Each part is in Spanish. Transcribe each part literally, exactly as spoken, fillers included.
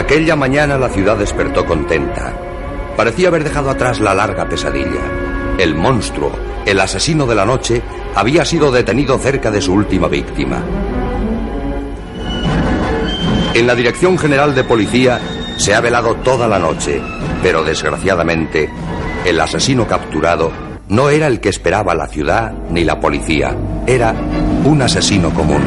Aquella mañana la ciudad despertó contenta. Parecía haber dejado atrás la larga pesadilla. El monstruo, el asesino de la noche, había sido detenido cerca de su última víctima. En la Dirección General de Policía se ha velado toda la noche, pero desgraciadamente, el asesino capturado no era el que esperaba la ciudad ni la policía. Era un asesino común.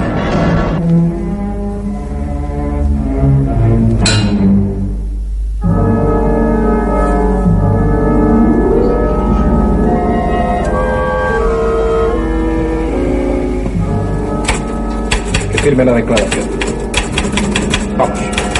Que firme la declaración. Vamos.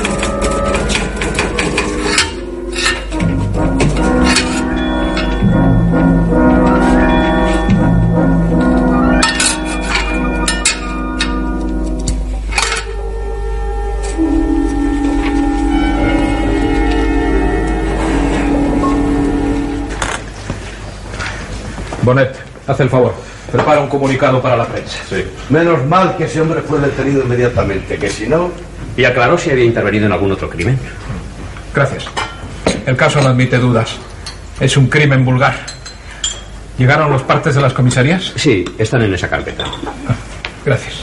Bonet, haz el favor. Prepara un comunicado para la prensa. Sí. Menos mal que ese hombre fue detenido inmediatamente, que si no... ¿Y aclaró si había intervenido en algún otro crimen? Gracias. El caso no admite dudas. Es un crimen vulgar. ¿Llegaron los partes de las comisarías? Sí, están en esa carpeta. Ah, gracias.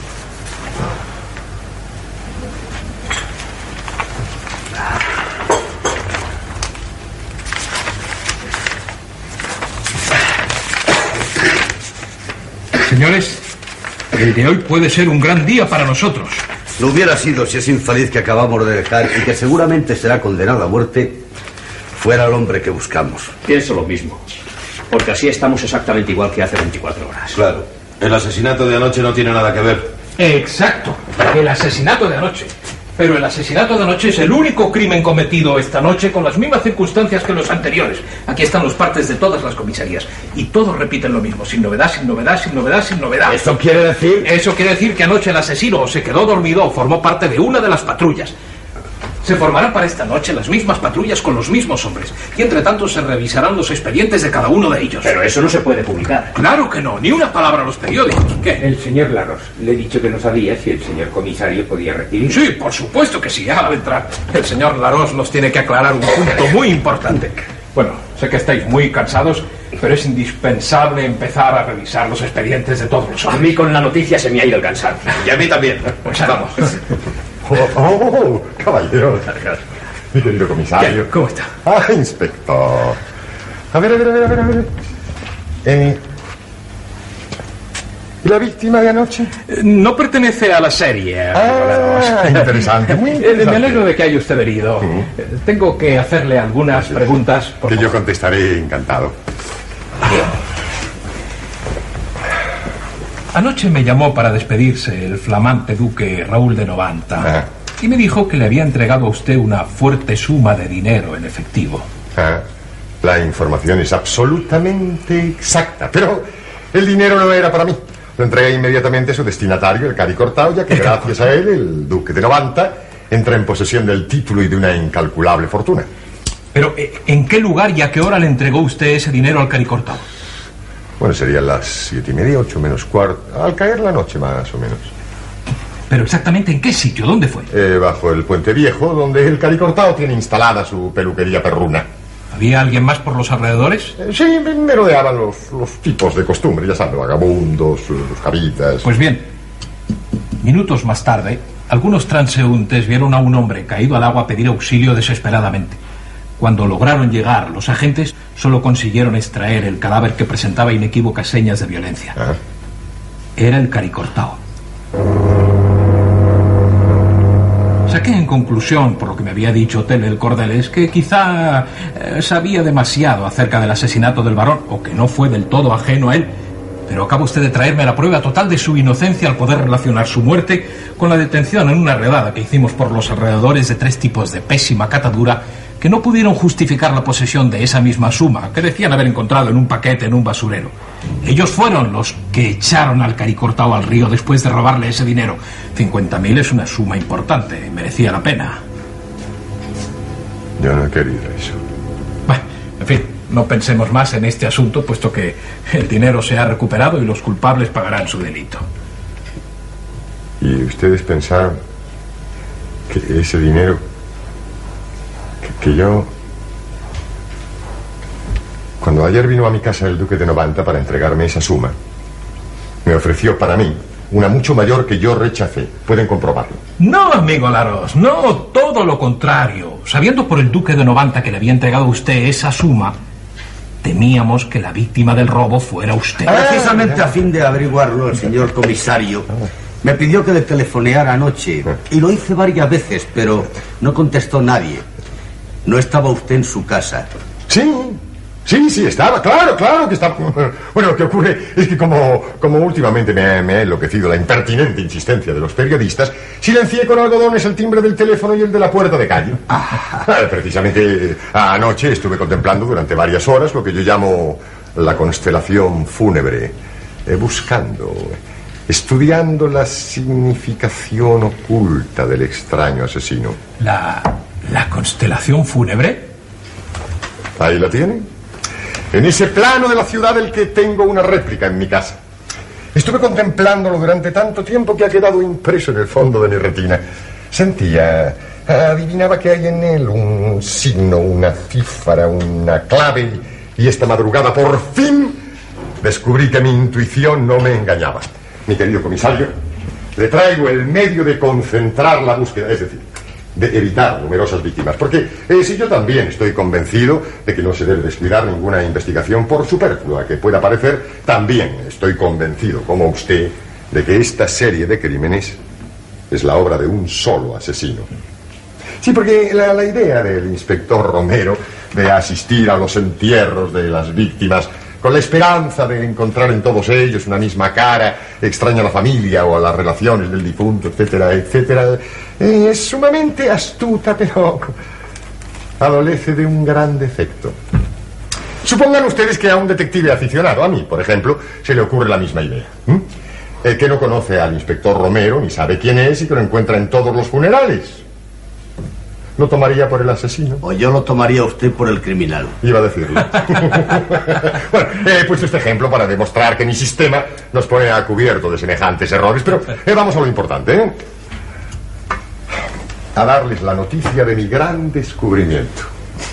Señores, el de hoy puede ser un gran día para nosotros. Lo hubiera sido si ese infeliz que acabamos de dejar y que seguramente será condenado a muerte fuera el hombre que buscamos. Pienso lo mismo, porque así estamos exactamente igual que hace veinticuatro horas. Claro, el asesinato de anoche no tiene nada que ver. Exacto, el asesinato de anoche. Pero el asesinato de anoche es el único crimen cometido esta noche con las mismas circunstancias que los anteriores. Aquí están los partes de todas las comisarías. Y todos repiten lo mismo, sin novedad, sin novedad, sin novedad, sin novedad. ¿Eso quiere decir? Eso quiere decir que anoche el asesino o se quedó dormido o formó parte de una de las patrullas. Se formarán para esta noche las mismas patrullas con los mismos hombres. Y entre tanto se revisarán los expedientes de cada uno de ellos. Pero eso no se puede publicar. Claro que no, ni una palabra a los periódicos. ¿Qué? El señor Larros, le he dicho que no sabía si el señor comisario podía recibir. Sí, por supuesto que sí, ya al entrar. El señor Larros nos tiene que aclarar un punto muy importante. Bueno, sé que estáis muy cansados, pero es indispensable empezar a revisar los expedientes de todos los hombres. A mí con la noticia se me ha ido el cansancio. Y a mí también. Pues vamos. Oh, oh, caballero. Mi querido comisario. ¿Cómo está? Ah, inspector. A ver, a ver, a ver, a ver, a ver. Eh, ¿Y la víctima de anoche? No pertenece a la serie. Ah, interesante, muy interesante. Me alegro de que haya usted venido. Uh-huh. Tengo que hacerle algunas sí, preguntas. Por que favor. Yo contestaré encantado. Anoche me llamó para despedirse el flamante duque Raúl de Novanta. Ah. Y me dijo que le había entregado a usted una fuerte suma de dinero en efectivo. Ah. La información es absolutamente exacta, pero el dinero no era para mí. Lo entregué inmediatamente a su destinatario, el Cari Cortao, ya que gracias a él, el duque de Novanta entra en posesión del título y de una incalculable fortuna. Pero, ¿en qué lugar y a qué hora le entregó usted ese dinero al Cari Cortao? Bueno, serían las siete y media, ocho menos cuarto, al caer la noche más o menos. ¿Pero exactamente en qué sitio? ¿Dónde fue? Eh, bajo el Puente Viejo, donde el Cari Cortao tiene instalada su peluquería perruna. ¿Había alguien más por los alrededores? Eh, sí, me rodeaban los, los tipos de costumbre, ya saben, vagabundos, los javitas. Pues bien, minutos más tarde, algunos transeúntes vieron a un hombre caído al agua pedir auxilio desesperadamente. Cuando lograron llegar, los agentes solo consiguieron extraer el cadáver que presentaba inequívocas señas de violencia. ¿Ah? Era el Cari Cortao. Saqué en conclusión, por lo que me había dicho Tele el Cordeles, que quizá eh, sabía demasiado acerca del asesinato del varón, o que no fue del todo ajeno a él. Pero acaba usted de traerme la prueba total de su inocencia al poder relacionar su muerte con la detención en una redada que hicimos por los alrededores de tres tipos de pésima catadura que no pudieron justificar la posesión de esa misma suma que decían haber encontrado en un paquete en un basurero. Ellos fueron los que echaron al Cari Cortao al río después de robarle ese dinero. cincuenta mil es una suma importante, merecía la pena. Yo no he querido eso. Bueno, en fin, no pensemos más en este asunto, puesto que el dinero se ha recuperado y los culpables pagarán su delito. ¿Y ustedes pensaron que ese dinero que yo... Cuando ayer vino a mi casa el duque de Novanta para entregarme esa suma, me ofreció para mí una mucho mayor que yo rechacé. Pueden comprobarlo. No, amigo Larós, no, todo lo contrario. Sabiendo por el duque de Novanta que le había entregado a usted esa suma, temíamos que la víctima del robo fuera usted. Precisamente a fin de averiguarlo, el señor comisario me pidió que le telefoneara anoche. Y lo hice varias veces, pero no contestó nadie. No estaba usted en su casa. Sí, sí, sí, estaba, claro, claro que estaba. Bueno, lo que ocurre es que como, como últimamente me, me ha enloquecido la impertinente insistencia de los periodistas, silencié con algodones el timbre del teléfono y el de la puerta de calle. Ah, precisamente anoche estuve contemplando durante varias horas lo que yo llamo la constelación fúnebre, eh, buscando, estudiando la significación oculta del extraño asesino. ¿La, la constelación fúnebre? Ahí la tienen. En ese plano de la ciudad del que tengo una réplica en mi casa. Estuve contemplándolo durante tanto tiempo que ha quedado impreso en el fondo de mi retina. Sentía, adivinaba que hay en él un signo, una cifra, una clave. Y esta madrugada, por fin, descubrí que mi intuición no me engañaba. Mi querido comisario, le traigo el medio de concentrar la búsqueda, es decir, de evitar numerosas víctimas, porque eh, si yo también estoy convencido de que no se debe descuidar ninguna investigación por superflua que pueda parecer, también estoy convencido, como usted, de que esta serie de crímenes es la obra de un solo asesino. Sí, porque la, la idea del inspector Romero de asistir a los entierros de las víctimas con la esperanza de encontrar en todos ellos una misma cara, extraña a la familia o a las relaciones del difunto, etcétera, etcétera, eh, es sumamente astuta, pero adolece de un gran defecto. Supongan ustedes que a un detective aficionado, a mí, por ejemplo, se le ocurre la misma idea. ¿Mm? Eh, que no conoce al inspector Romero, ni sabe quién es y que lo encuentra en todos los funerales. ¿Lo tomaría por el asesino? O yo lo tomaría a usted por el criminal. Iba a decirlo. Bueno, he puesto este ejemplo para demostrar que mi sistema nos pone a cubierto de semejantes errores, pero eh, vamos a lo importante, ¿eh? A darles la noticia de mi gran descubrimiento.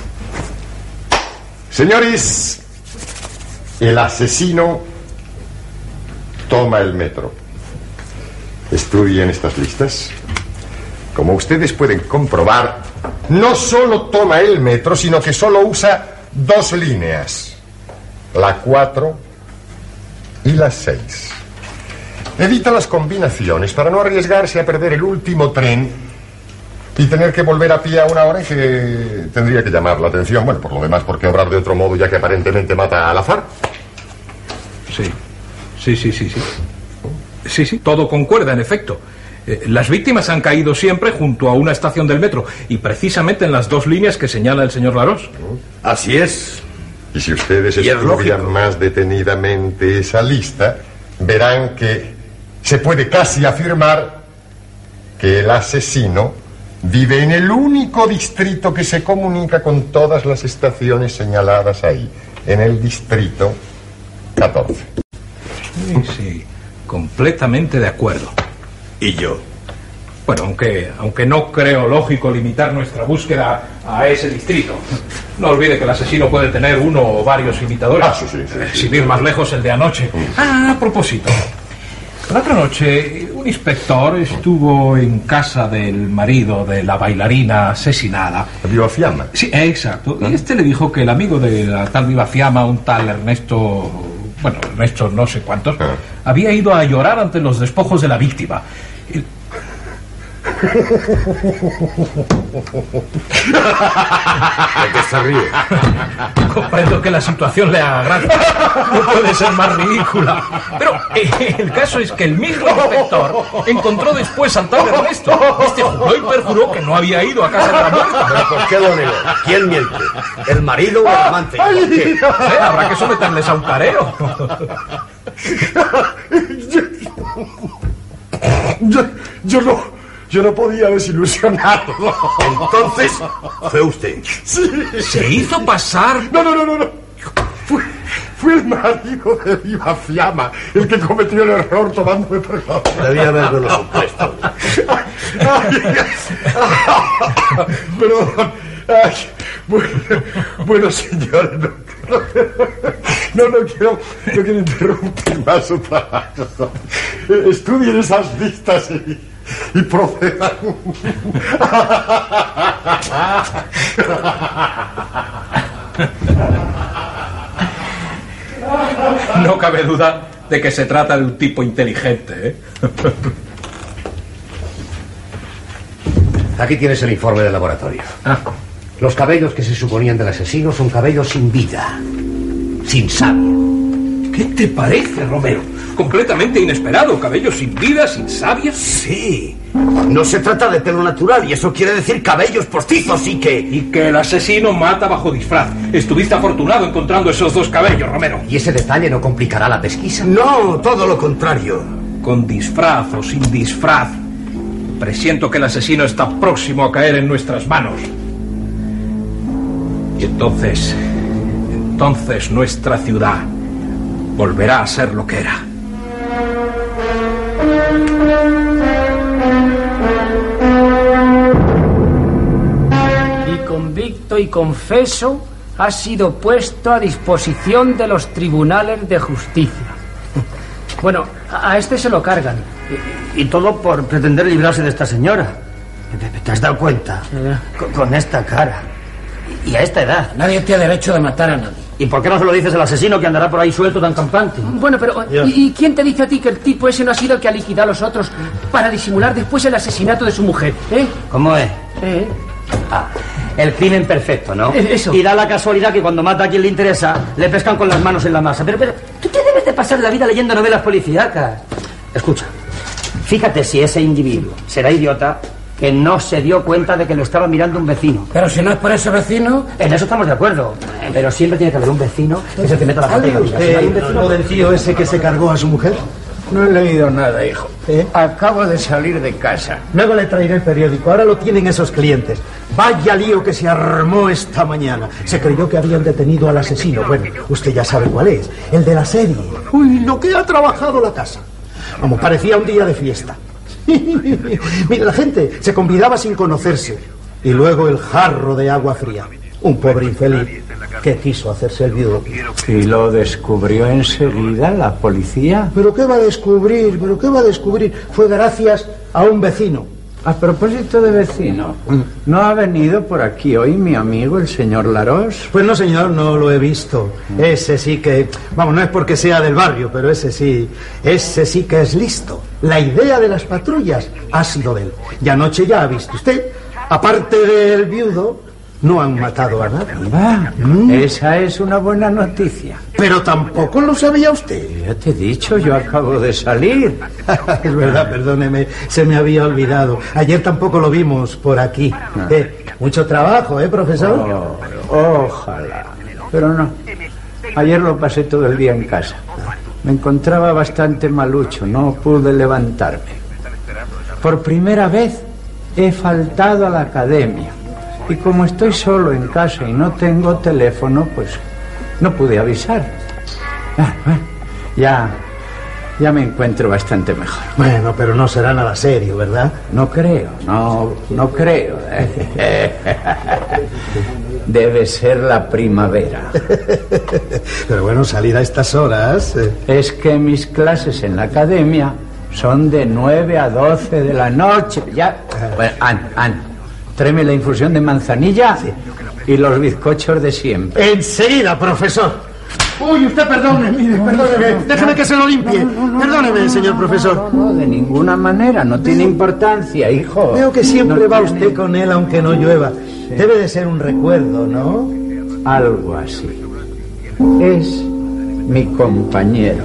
Señores, el asesino toma el metro. Estudien estas listas. Como ustedes pueden comprobar, no solo toma el metro, sino que solo usa dos líneas, la cuatro y la seis. Evita las combinaciones para no arriesgarse a perder el último tren y tener que volver a pie a una hora en que tendría que llamar la atención. Bueno, por lo demás, ¿por qué obrar de otro modo ya que aparentemente mata al azar? Sí, sí, sí, sí, sí. Sí, sí, todo concuerda, en efecto. Las víctimas han caído siempre junto a una estación del metro y precisamente en las dos líneas que señala el señor Larós. Así es. Y si ustedes estudian más detenidamente esa lista, verán que se puede casi afirmar que el asesino vive en el único distrito que se comunica con todas las estaciones señaladas ahí, en el distrito catorce. Sí, sí, completamente de acuerdo. ¿Y yo? Bueno, aunque, aunque no creo lógico limitar nuestra búsqueda a ese distrito. No olvide que el asesino puede tener uno o varios imitadores. Ah, sí, sí, sí, eh, sí, sin sí, ir sí. más lejos, el de anoche. Mm. Ah, a propósito. La otra noche, un inspector estuvo en casa del marido de la bailarina asesinada. ¿Viva Fiamma? Sí, exacto. Y este le dijo que el amigo de la tal Viva Fiamma, un tal Ernesto... Bueno, Ernesto no sé cuántos, ah. había ido a llorar ante los despojos de la víctima. Y... ¿De qué se ríe? Comprendo que la situación le agrada. No puede ser más ridícula. Pero eh, el caso es que el mismo inspector encontró después al tal Ernesto. Este juró y perjuró que no había ido a casa de la muerta. ¿Pero por qué lo negó? ¿Quién miente? ¿El marido o el amante? ¿Por qué? Sí, habrá que someterles a un careo. Yo, yo no... Yo no podía desilusionarlo. Entonces, fue usted. Sí. ¿Se hizo pasar? No, no, no, no. no. Fue, fue el marido de Viva Fiamma el que cometió el error tomándome por la... Debía haberlo supuesto. Perdón, Ay, bueno, bueno, señores, no, no, no quiero, no quiero interrumpir más su trabajo. Estudien esas vistas y, y procedan. No cabe duda de que se trata de un tipo inteligente, ¿eh? Aquí tienes el informe del laboratorio. Ah. Los cabellos que se suponían del asesino son cabellos sin vida, sin savia. ¿Qué te parece, Romero? Completamente inesperado. Cabello sin vida, sin savia. Sí. No se trata de pelo natural y eso quiere decir cabellos postizos y que... Y que el asesino mata bajo disfraz. Estuviste afortunado encontrando esos dos cabellos, Romero. ¿Y ese detalle no complicará la pesquisa? No, todo lo contrario. Con disfraz o sin disfraz, presiento que el asesino está próximo a caer en nuestras manos. Y entonces, entonces nuestra ciudad volverá a ser lo que era. Y convicto y confeso, ha sido puesto a disposición de los tribunales de justicia. Bueno, a este se lo cargan. Y, y todo por pretender librarse de esta señora. ¿Te has dado cuenta? Con, con esta cara. Y a esta edad. Nadie tiene derecho de matar a nadie. ¿Y por qué no se lo dices al asesino que andará por ahí suelto tan campante? Bueno, pero ¿y, ¿y quién te dice a ti que el tipo ese no ha sido el que ha liquidado a los otros para disimular después el asesinato de su mujer? ¿Eh? ¿Cómo es? ¿Eh? Ah, el crimen perfecto, ¿no? Eso. Y da la casualidad que cuando mata a quien le interesa, le pescan con las manos en la masa. Pero, pero, ¿tú qué debes de pasar la vida leyendo novelas policíacas? Escucha, fíjate si ese individuo será idiota que no se dio cuenta de que lo estaba mirando un vecino. Pero si no es por ese vecino... En eso estamos de acuerdo. Pero siempre tiene que haber un vecino que se te meta la pata en la vida. ¿Hay un vecino del tío ese que se cargó a su mujer? No he leído nada, hijo. ¿Eh? Acabo de salir de casa. Luego le traeré el periódico. Ahora lo tienen esos clientes. Vaya lío que se armó esta mañana. Se creyó que habían detenido al asesino. Bueno, usted ya sabe cuál es. El de la serie. Uy, lo que ha trabajado la casa. Vamos, parecía un día de fiesta. Mira, la gente se convidaba sin conocerse. Y luego el jarro de agua fría. Un pobre infeliz que quiso hacerse el viudo. ¿Y lo descubrió enseguida la policía? ¿Pero qué va a descubrir? ¿Pero qué va a descubrir? Fue gracias a un vecino. A propósito de vecino, ¿no ha venido por aquí hoy mi amigo el señor Larós? Pues no, señor, no lo he visto. Ese sí que... Vamos, no es porque sea del barrio, pero ese sí... Ese sí que es listo. La idea de las patrullas ha sido de él. Y anoche ya ha visto usted, aparte del viudo, no han matado a nadie. Va, ¿Mm? Esa es una buena noticia. Pero tampoco lo sabía usted. Ya te he dicho, yo acabo de salir. Es verdad, perdóneme, se me había olvidado. Ayer tampoco lo vimos por aquí. No. Eh, mucho trabajo, ¿eh, profesor? Oh, ojalá. Pero no. Ayer lo pasé todo el día en casa. Me encontraba bastante malucho, no pude levantarme. Por primera vez he faltado a la academia. Y como estoy solo en casa y no tengo teléfono, pues no pude avisar. Ah, bueno, ya, ya me encuentro bastante mejor. Bueno, pero no será nada serio, ¿verdad? No creo, no, no creo. Debe ser la primavera. Pero bueno, salir a estas horas... Eh. Es que mis clases en la academia son de nueve a doce de la noche. Ya, bueno, Ana, Ana. Tráeme la infusión de manzanilla sí. Y los bizcochos de siempre. Enseguida, profesor. Uy, usted perdone, mire, perdóneme. Déjeme que se lo limpie. No, no, no, perdóneme, no, señor profesor. No, no, de ninguna manera, no tiene importancia, hijo. Veo que siempre no va tiene... usted con él aunque no llueva. Sí. Debe de ser un recuerdo, ¿no? Algo así. Es mi compañero.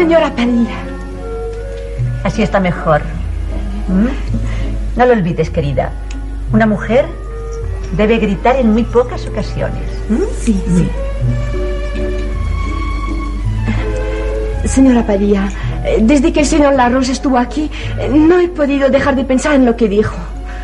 señora Padilla. Así está mejor. ¿Mm? No lo olvides, querida. Una mujer debe gritar en muy pocas ocasiones. ¿Mm? Sí, sí. Señora Padilla, desde que el señor Larros estuvo aquí, no he podido dejar de pensar en lo que dijo.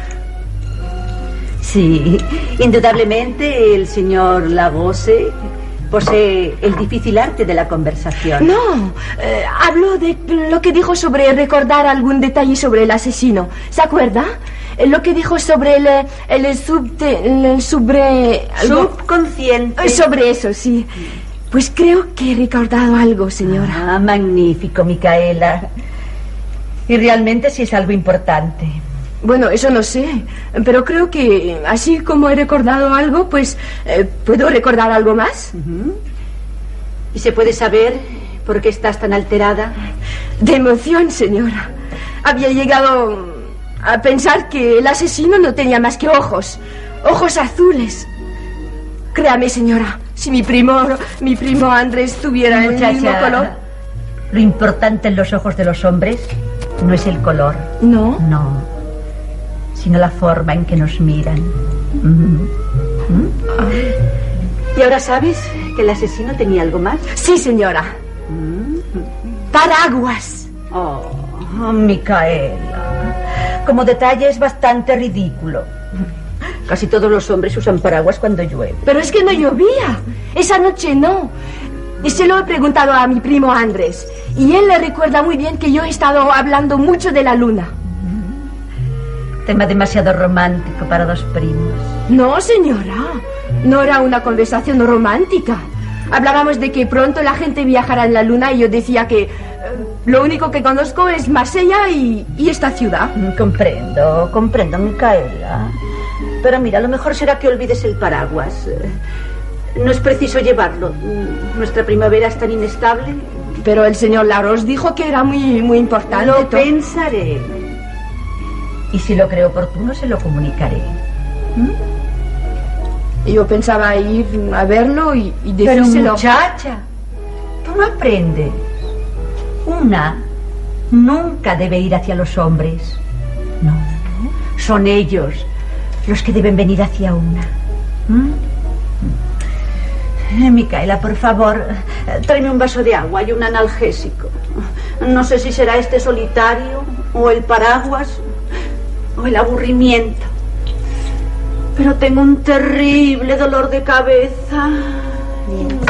Sí, indudablemente el señor Lagose posee el difícil arte de la conversación. No, eh, habló de lo que dijo sobre recordar algún detalle sobre el asesino. ¿Se acuerda? Eh, lo que dijo sobre el, el, subte, el sobre... Subconsciente. Eh, sobre eso, sí. Pues creo que he recordado algo, señora. Ah, magnífico, Micaela. Y realmente sí es algo importante. Bueno, eso no sé, pero creo que así como he recordado algo, pues eh, ¿puedo recordar algo más? Uh-huh. ¿Y se puede saber por qué estás tan alterada? De emoción, señora. Había llegado a pensar que el asesino no tenía más que ojos, ojos azules. Créame, señora, si mi primo, mi primo Andrés tuviera el Muchacha, mismo color... Lo importante en los ojos de los hombres no es el color. ¿No? No. Sino la forma en que nos miran. ¿Mm? ¿Mm? ¿Y ahora sabes que el asesino tenía algo más? Sí, señora. ¿Mm? Paraguas. Oh, oh, Micaela. Como detalle es bastante ridículo. Casi todos los hombres usan paraguas cuando llueve. Pero es que no llovía. Esa noche no. Y se lo he preguntado a mi primo Andrés. Y él le recuerda muy bien que yo he estado hablando mucho de la luna. Tema demasiado romántico para dos primos. No, señora. No era una conversación romántica. Hablábamos de que pronto la gente viajará en la luna y yo decía que eh, lo único que conozco es Marsella y, y esta ciudad. Comprendo, comprendo, Micaela. Pero mira, lo mejor será que olvides el paraguas. No es preciso llevarlo. Nuestra primavera es tan inestable. Pero el señor Larros dijo que era muy, muy importante. Lo pensaré. Y si lo creo oportuno, se lo comunicaré. ¿Mm? Yo pensaba ir a verlo y, y decírselo. Pero muchacha, tú no aprendes. Una nunca debe ir hacia los hombres. No, son ellos los que deben venir hacia una. ¿Mm? Eh, Micaela, por favor, tráeme un vaso de agua y un analgésico. No sé si será este solitario o el paraguas o el aburrimiento, pero tengo un terrible dolor de cabeza. Bien.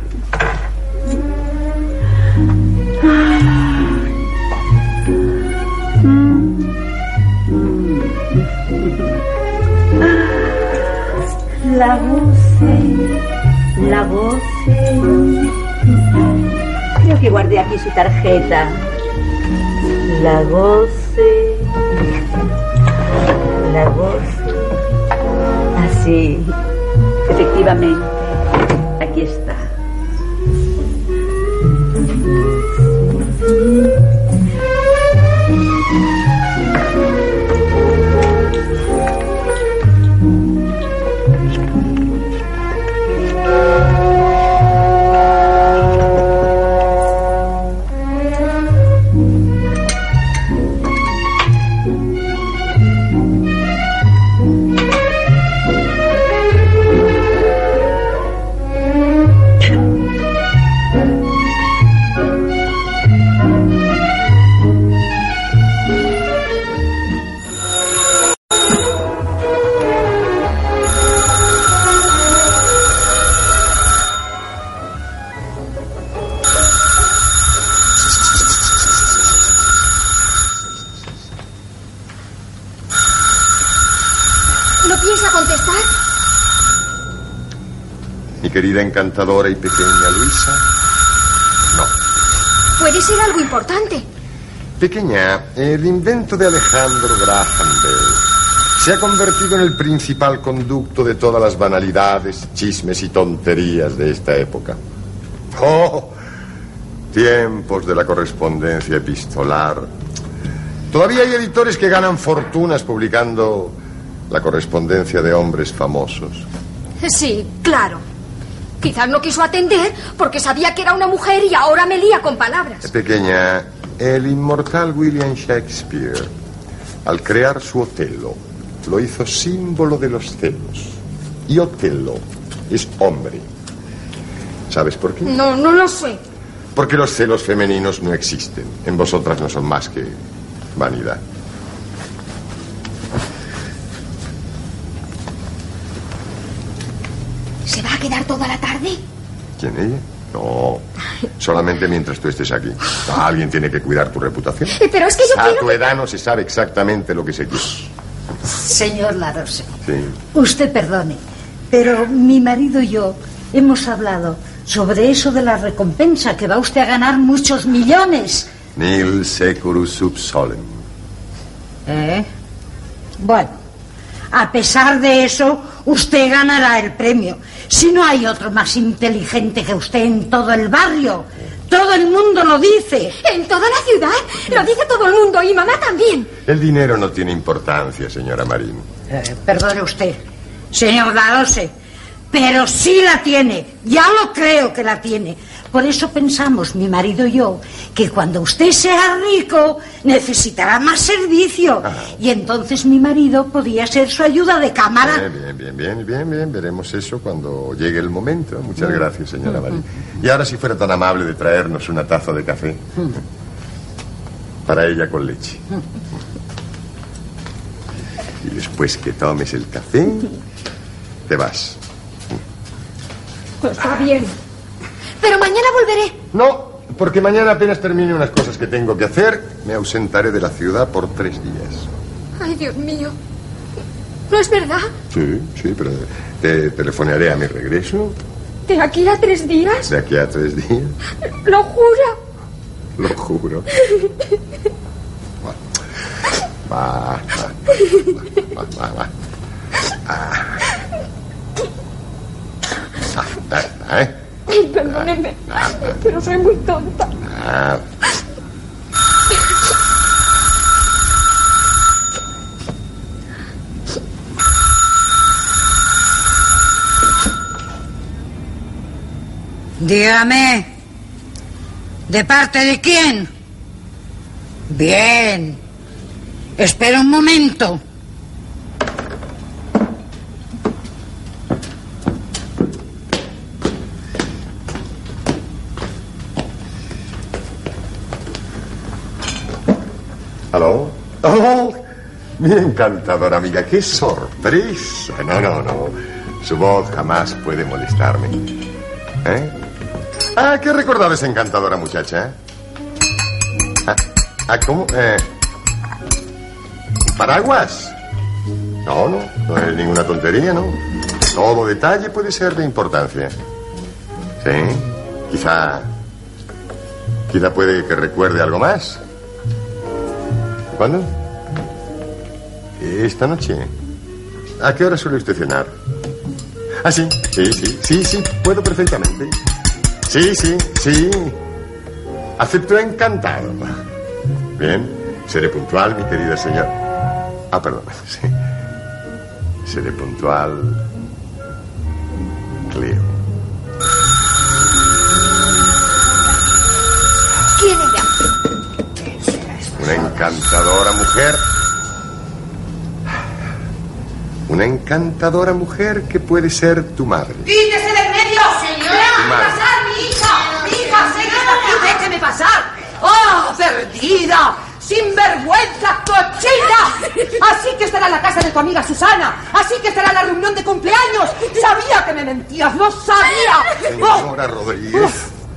La goce, la goce. Creo que guardé aquí su tarjeta. La goce, la goce. Así, efectivamente, aquí está. Querida, encantadora y pequeña Luisa, no. Puede ser algo importante. Pequeña, el invento de Alejandro Graham Bell se ha convertido en el principal conducto de todas las banalidades, chismes y tonterías de esta época. ¡Oh! Tiempos de la correspondencia epistolar. Todavía hay editores que ganan fortunas publicando la correspondencia de hombres famosos. Sí, claro. Quizás no quiso atender porque sabía que era una mujer y ahora me lía con palabras. Pequeña, el inmortal William Shakespeare, al crear su Otelo, lo hizo símbolo de los celos. Y Otelo es hombre. ¿Sabes por qué? No, no lo sé. Porque los celos femeninos no existen. En vosotras no son más que vanidad. ¿Se va a quedar toda la tarde? ¿Quién, ella? No, solamente mientras tú estés aquí. Alguien tiene que cuidar tu reputación. Pero es que yo A quiero... tu edad no se sabe exactamente lo que se quiere. Señor Larose, Sí. usted perdone, pero mi marido y yo hemos hablado sobre eso de la recompensa, que va usted a ganar muchos millones. Nil securus sub solem. ¿Eh? Bueno, a pesar de eso, usted ganará el premio. Si no hay otro más inteligente que usted en todo el barrio. Todo el mundo lo dice. ¿En toda la ciudad? Lo dice todo el mundo y mamá también. El dinero no tiene importancia, señora Marín. Eh, perdone usted, señor Larose, pero sí la tiene. Ya lo creo que la tiene. Por eso pensamos, mi marido y yo, que cuando usted sea rico necesitará más servicio. Ah. Y entonces mi marido podría ser su ayuda de cámara. Bien, bien, bien, bien, bien, bien. Veremos eso cuando llegue el momento. Muchas gracias, señora Marín. Y ahora, si fuera tan amable de traernos una taza de café. Para ella con leche. Y después que tomes el café, te vas. Está bien. Pero mañana volveré. No, porque mañana apenas termine unas cosas que tengo que hacer, me ausentaré de la ciudad por tres días. Ay, Dios mío. ¿No es verdad? Sí, sí, pero te telefonearé a mi regreso. ¿De aquí a tres días? De aquí a tres días. ¿Lo jura? Lo juro. Va, va, va, va, va, va. Ah. Ah, ah, ¿eh? Perdóneme, pero soy muy tonta. Ah. Dígame, ¿de parte de quién? Bien. Espera un momento. ¿Aló? ¡Oh! Mi encantadora amiga, qué sorpresa. No, no, no. Su voz jamás puede molestarme. ¿Eh? Ah, ¿qué recordaba esa encantadora muchacha? Ah, ah ¿cómo? Eh, ¿Paraguas? No, no, no es ninguna tontería, ¿no? Todo detalle puede ser de importancia. ¿Sí? Quizá... Quizá puede que recuerde algo más. ¿Cuándo? Esta noche. ¿A qué hora suele usted cenar? Ah, sí, sí, sí, sí, sí, puedo perfectamente. Sí, sí, sí. Acepto encantado. Bien, seré puntual, mi querida señora. Ah, perdón, sí. Seré puntual. Cleo. ¿Quién era? Una encantadora mujer. Una encantadora mujer que puede ser tu madre. ¡Quítese de en medio! ¡Señora! madre. ¡Pasar, mi hija! ¡Mi hija, sé que está aquí! ¡Déjeme pasar! ¡Oh, perdida! ¡Sinvergüenza, cochina! Así que estará en la casa de tu amiga Susana. Así que estará en la reunión de cumpleaños. Sabía que me mentías, lo sabía. Señora Rodríguez.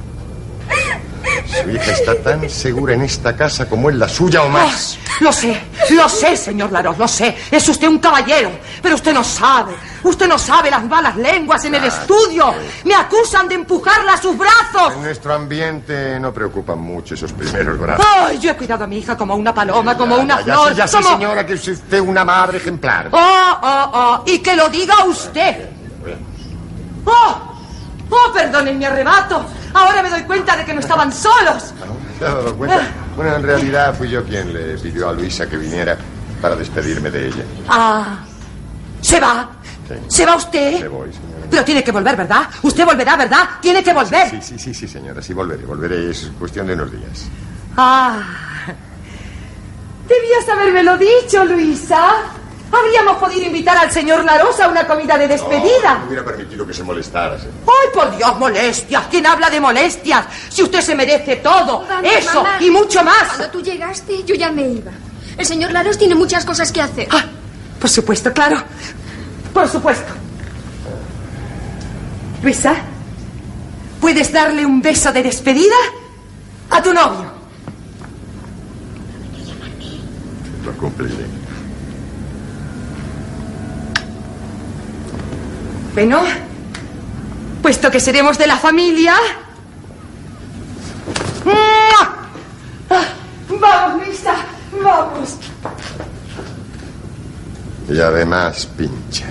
Su hija está tan segura en esta casa como en la suya o más. Oh, lo sé, lo sé, señor Larós, lo sé. Es usted un caballero, pero usted no sabe. Usted no sabe las malas lenguas en el estudio. Me acusan de empujarla a sus brazos. En nuestro ambiente no preocupan mucho esos primeros brazos. Ay, yo he cuidado a mi hija como una paloma, como Ya, una ya, ya, flor. sí, ya sí, como... señora, que es usted una madre ejemplar. Oh, oh, oh, y que lo diga usted. Oh, oh, perdonen mi arrebato. Ahora me doy cuenta de que no estaban solos. ¿Se ha dado cuenta? Bueno, en realidad fui yo quien le pidió a Luisa que viniera para despedirme de ella. Ah, se va. Sí. ¿Se va usted? Me voy, señora. Pero tiene que volver, ¿verdad? Usted volverá, ¿verdad? Tiene que volver. Sí, sí, sí, sí, señora. Sí, volveré. Volveré. Es cuestión de unos días. Ah. Debías habérmelo dicho, Luisa. Habríamos podido invitar al señor Larosa a una comida de despedida. No, no hubiera permitido que se molestara, señora. ¡Ay, por Dios, molestias! ¿Quién habla de molestias? Si usted se merece todo, Vamos, eso mamá. y mucho más. Cuando tú llegaste, yo ya me iba. El señor Laros tiene muchas cosas que hacer. Ah, por supuesto, claro. Por supuesto. Luisa, ¿puedes darle un beso de despedida a tu novio? Lo cumpliré. Bueno, puesto que seremos de la familia... ¡Mua! Ah, ¡vamos, Luisa! ¡Vamos! Y además pincha.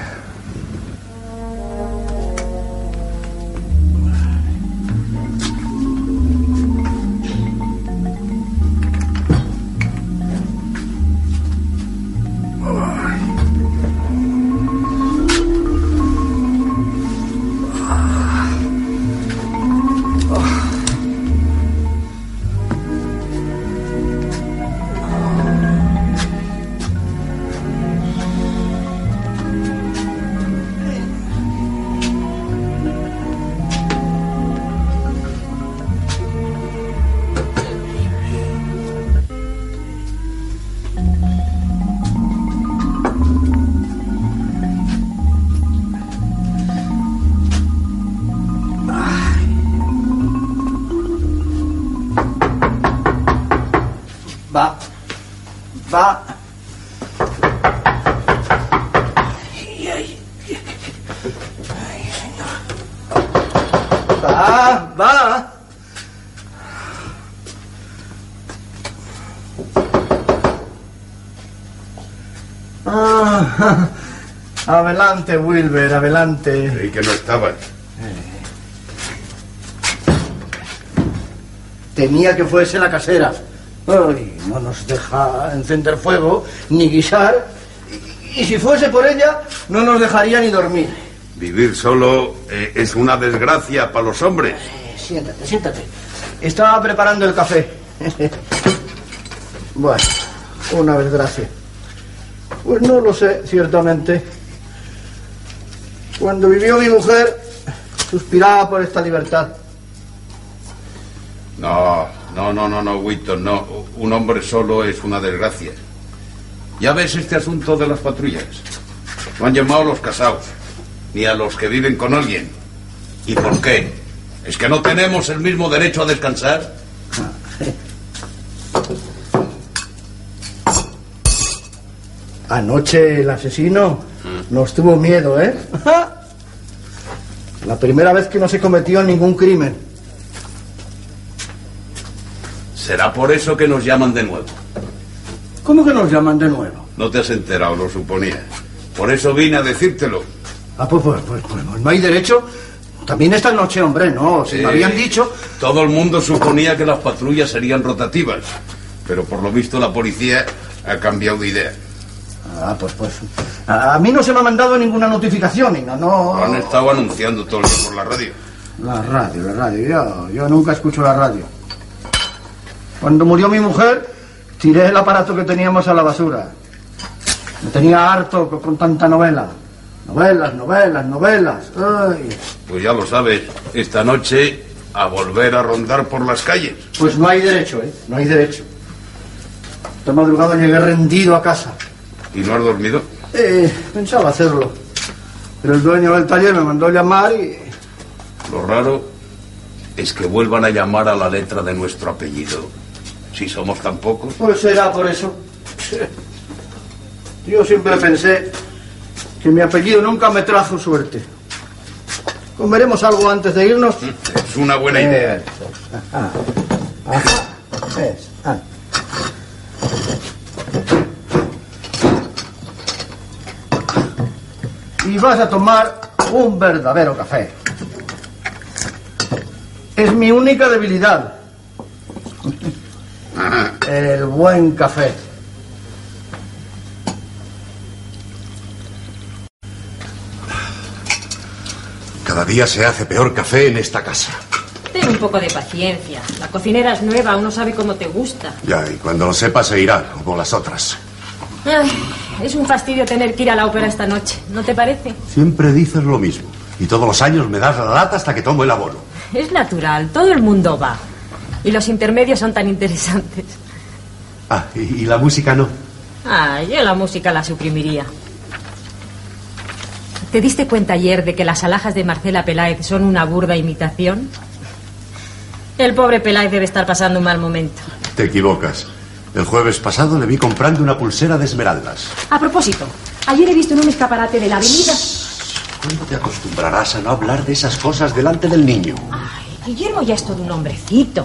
Va. Va. Ay, ay. Ay, señor. Va, va. Ah, adelante, Wilber, adelante. Creí que no estaban. Temía que fuese la casera. Ay, no nos deja encender fuego, ni guisar. Y, y si fuese por ella, no nos dejaría ni dormir. Vivir solo eh, es una desgracia para los hombres. Eh, siéntate, siéntate. Estaba preparando el café. Bueno, una desgracia. Pues no lo sé, ciertamente. Cuando vivió mi mujer, suspiraba por esta libertad. No, no, no, no, no, Whitton, no. Un hombre solo es una desgracia. Ya ves este asunto de las patrullas. No han llamado a los casados, ni a los que viven con alguien. ¿Y por qué? ¿Es que no tenemos el mismo derecho a descansar? Anoche el asesino nos tuvo miedo, ¿eh? La primera vez que no se cometió ningún crimen. Será por eso que nos llaman de nuevo. ¿Cómo que nos llaman de nuevo? No te has enterado, lo suponía. Por eso vine a decírtelo. Ah, pues, pues, pues, pues no hay derecho. También esta noche, hombre, no. Si Sí. me habían dicho... Todo el mundo suponía que las patrullas serían rotativas. Pero por lo visto la policía ha cambiado de idea. Ah, pues, pues... A, a mí no se me ha mandado ninguna notificación, y no, no... Lo han estado anunciando todo el día por la radio. La radio, la radio. Yo, yo nunca escucho la radio. Cuando murió mi mujer, tiré el aparato que teníamos a la basura. Me tenía harto con, con tanta novela. Novelas, novelas, novelas. Ay. Pues ya lo sabes, esta noche a volver a rondar por las calles. Pues no hay derecho, ¿eh? No hay derecho. Esta madrugada llegué rendido a casa. ¿Y no has dormido? Eh, pensaba hacerlo. Pero el dueño del taller me mandó llamar y... Lo raro es que vuelvan a llamar a la letra de nuestro apellido. Si somos tan pocos. Pues será por eso. Yo siempre pensé que mi apellido nunca me trajo suerte. ¿Comeremos algo antes de irnos? Es una buena idea. Eh, ajá. Ajá. Es, ah. Y vas a tomar un verdadero café. Es mi única debilidad. El buen café. Cada día se hace peor café en esta casa. Ten un poco de paciencia. La cocinera es nueva, aún no sabe cómo te gusta. Ya, y cuando lo sepa se irá, como las otras. Ay, es un fastidio tener que ir a la ópera esta noche, ¿no te parece? Siempre dices lo mismo. Y todos los años me das la lata hasta que tomo el abono. Es natural, todo el mundo va. Y los intermedios son tan interesantes. Ah, ¿y, y la música no? Ah, yo la música la suprimiría. ¿Te diste cuenta ayer de que las alhajas de Marcela Peláez son una burda imitación? El pobre Peláez debe estar pasando un mal momento. Te equivocas. El jueves pasado le vi comprando una pulsera de esmeraldas. A propósito, ayer he visto en un escaparate de la avenida... ¿Cuándo te acostumbrarás a no hablar de esas cosas delante del niño? Ay, Guillermo ya es todo un hombrecito.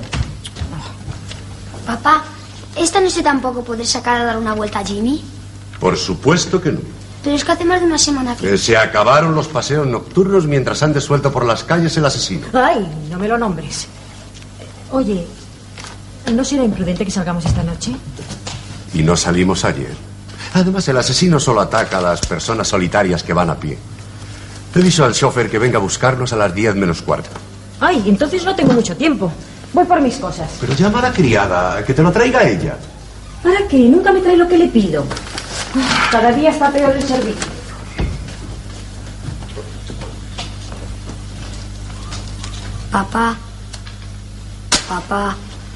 Papá, ¿esta noche tampoco podré sacar a dar una vuelta a Jimmy? Por supuesto que no. Pero es que hace más de una semana que... Que se acabaron los paseos nocturnos mientras ande suelto por las calles el asesino. Ay, no me lo nombres. Oye, ¿no será imprudente que salgamos esta noche? Y no salimos ayer. Además, el asesino solo ataca a las personas solitarias que van a pie. He dicho al chofer que venga a buscarnos a las diez menos cuarto. Ay, entonces no tengo mucho tiempo. Voy por mis cosas. Pero llama a la criada, que te lo traiga ella. ¿Para qué? Nunca me trae lo que le pido. Cada día está peor el servicio. Papá. Papá.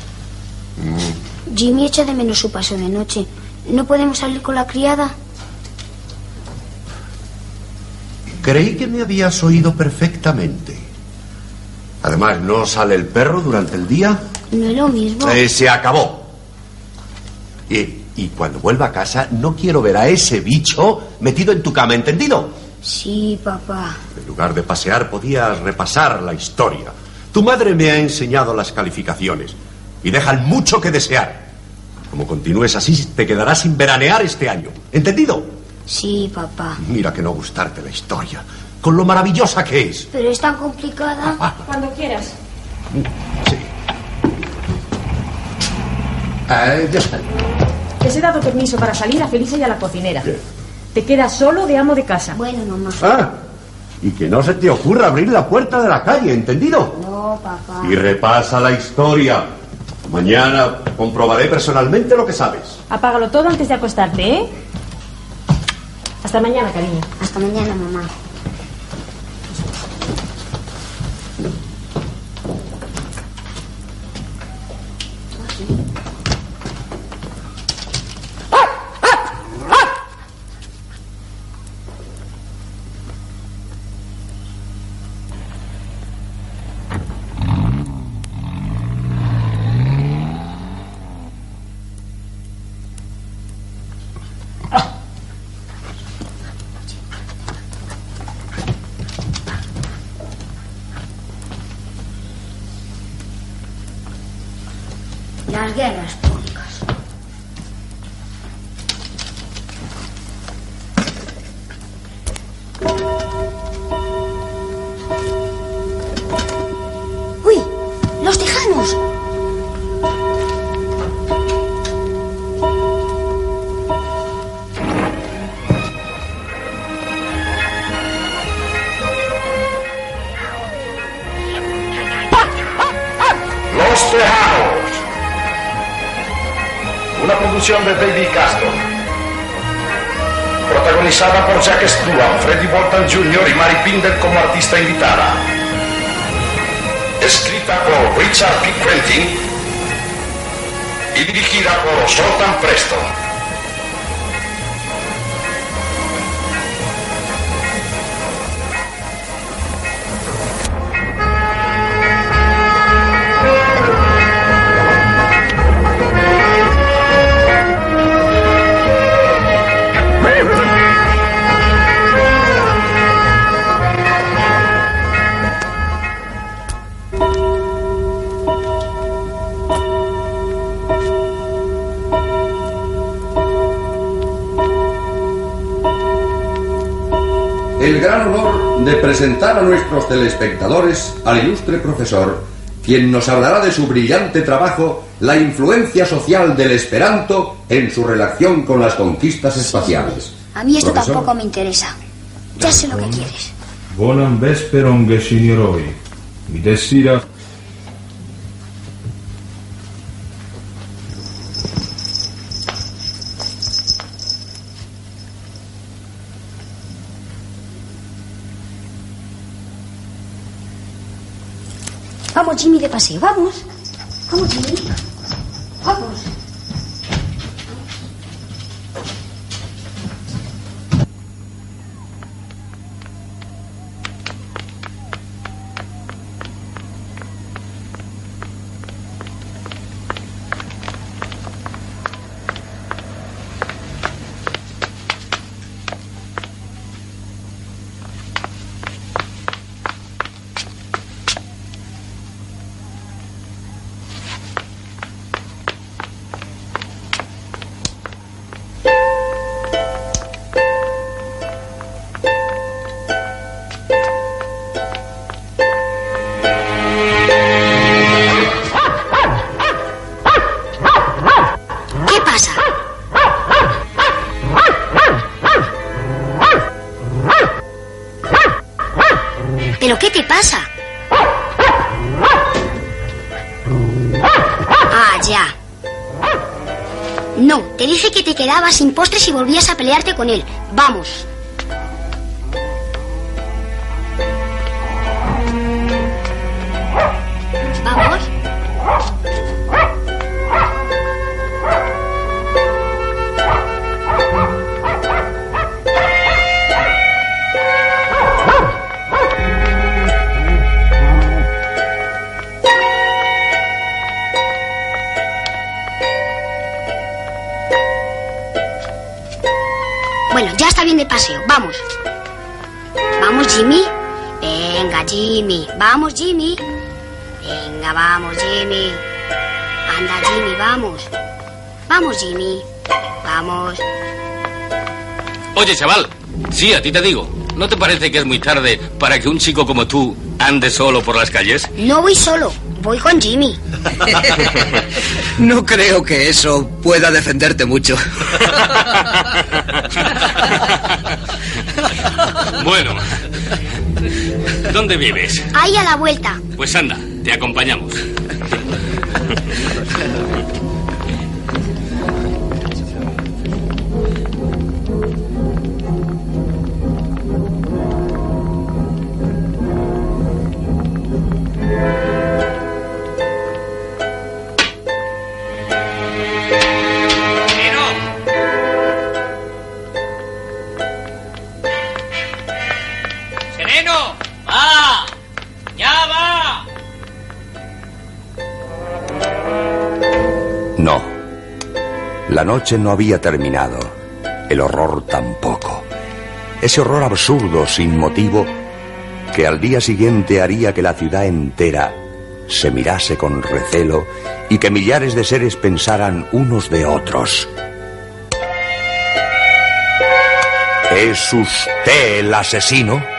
Jimmy echa de menos su paso de noche. ¿No podemos salir con la criada? Creí que me habías oído perfectamente. Además, ¿no sale el perro durante el día? No es lo mismo. Eh, se acabó. Y, y cuando vuelva a casa, no quiero ver a ese bicho metido en tu cama, ¿entendido? Sí, papá. En lugar de pasear, podías repasar la historia. Tu madre me ha enseñado las calificaciones y dejan mucho que desear. Como continúes así, te quedarás sin veranear este año. ¿Entendido? Sí, papá. Mira que no gustarte la historia, con lo maravillosa que es. Pero es tan complicada. Ah, Cuando quieras. Sí. Ah, ya está. Les he dado permiso para salir a Felisa y a la cocinera. Bien. Te quedas solo de amo de casa. Bueno, mamá. Ah, y que no se te ocurra abrir la puerta de la calle, ¿entendido? No, papá. Y repasa la historia. Mañana comprobaré personalmente lo que sabes. Apágalo todo antes de acostarte, ¿eh? Hasta mañana, cariño. Hasta mañana, mamá. Las guerras públicas. ¡Uy! ¡Los tejanos! Los Tejanos. Una producción de David Castro. Protagonizada por Jack Stewart, Freddie Bolton junior y Mary Pinder como artista invitada. Escrita por Richard P. Quentin y dirigida por Zoltan Preston. El gran honor de presentar a nuestros telespectadores al ilustre profesor, quien nos hablará de su brillante trabajo, la influencia social del Esperanto en su relación con las conquistas espaciales. A mí esto Profesor. tampoco me interesa. Ya sé lo que quieres. Bonam vesperon, gesignoroi. Mi desiras... Vamos, Jimmy, de paseo, vamos. Vamos, Jimmy. Vamos. ¿Pero qué te pasa? Ah, ya. No, te dije que te quedabas sin postres y volvías a pelearte con él. Vamos. Vamos. Bueno, ya está bien de paseo, vamos. Vamos, Jimmy. Venga, Jimmy. Vamos, Jimmy. Venga, vamos, Jimmy. Anda, Jimmy, vamos. Vamos, Jimmy. Vamos. Oye, chaval. Sí, a ti te digo. ¿No te parece que es muy tarde para que un chico como tú ande solo por las calles? No voy solo, voy con Jimmy. No creo que eso pueda defenderte mucho. Bueno, ¿dónde vives? Ahí a la vuelta. Pues anda, te acompañamos. ¡Sereno! ¡Va! ¡Ya va! No. La noche no había terminado. El horror tampoco. Ese horror absurdo, sin motivo, que al día siguiente haría que la ciudad entera se mirase con recelo y que millares de seres pensaran unos de otros: ¿es usted el asesino?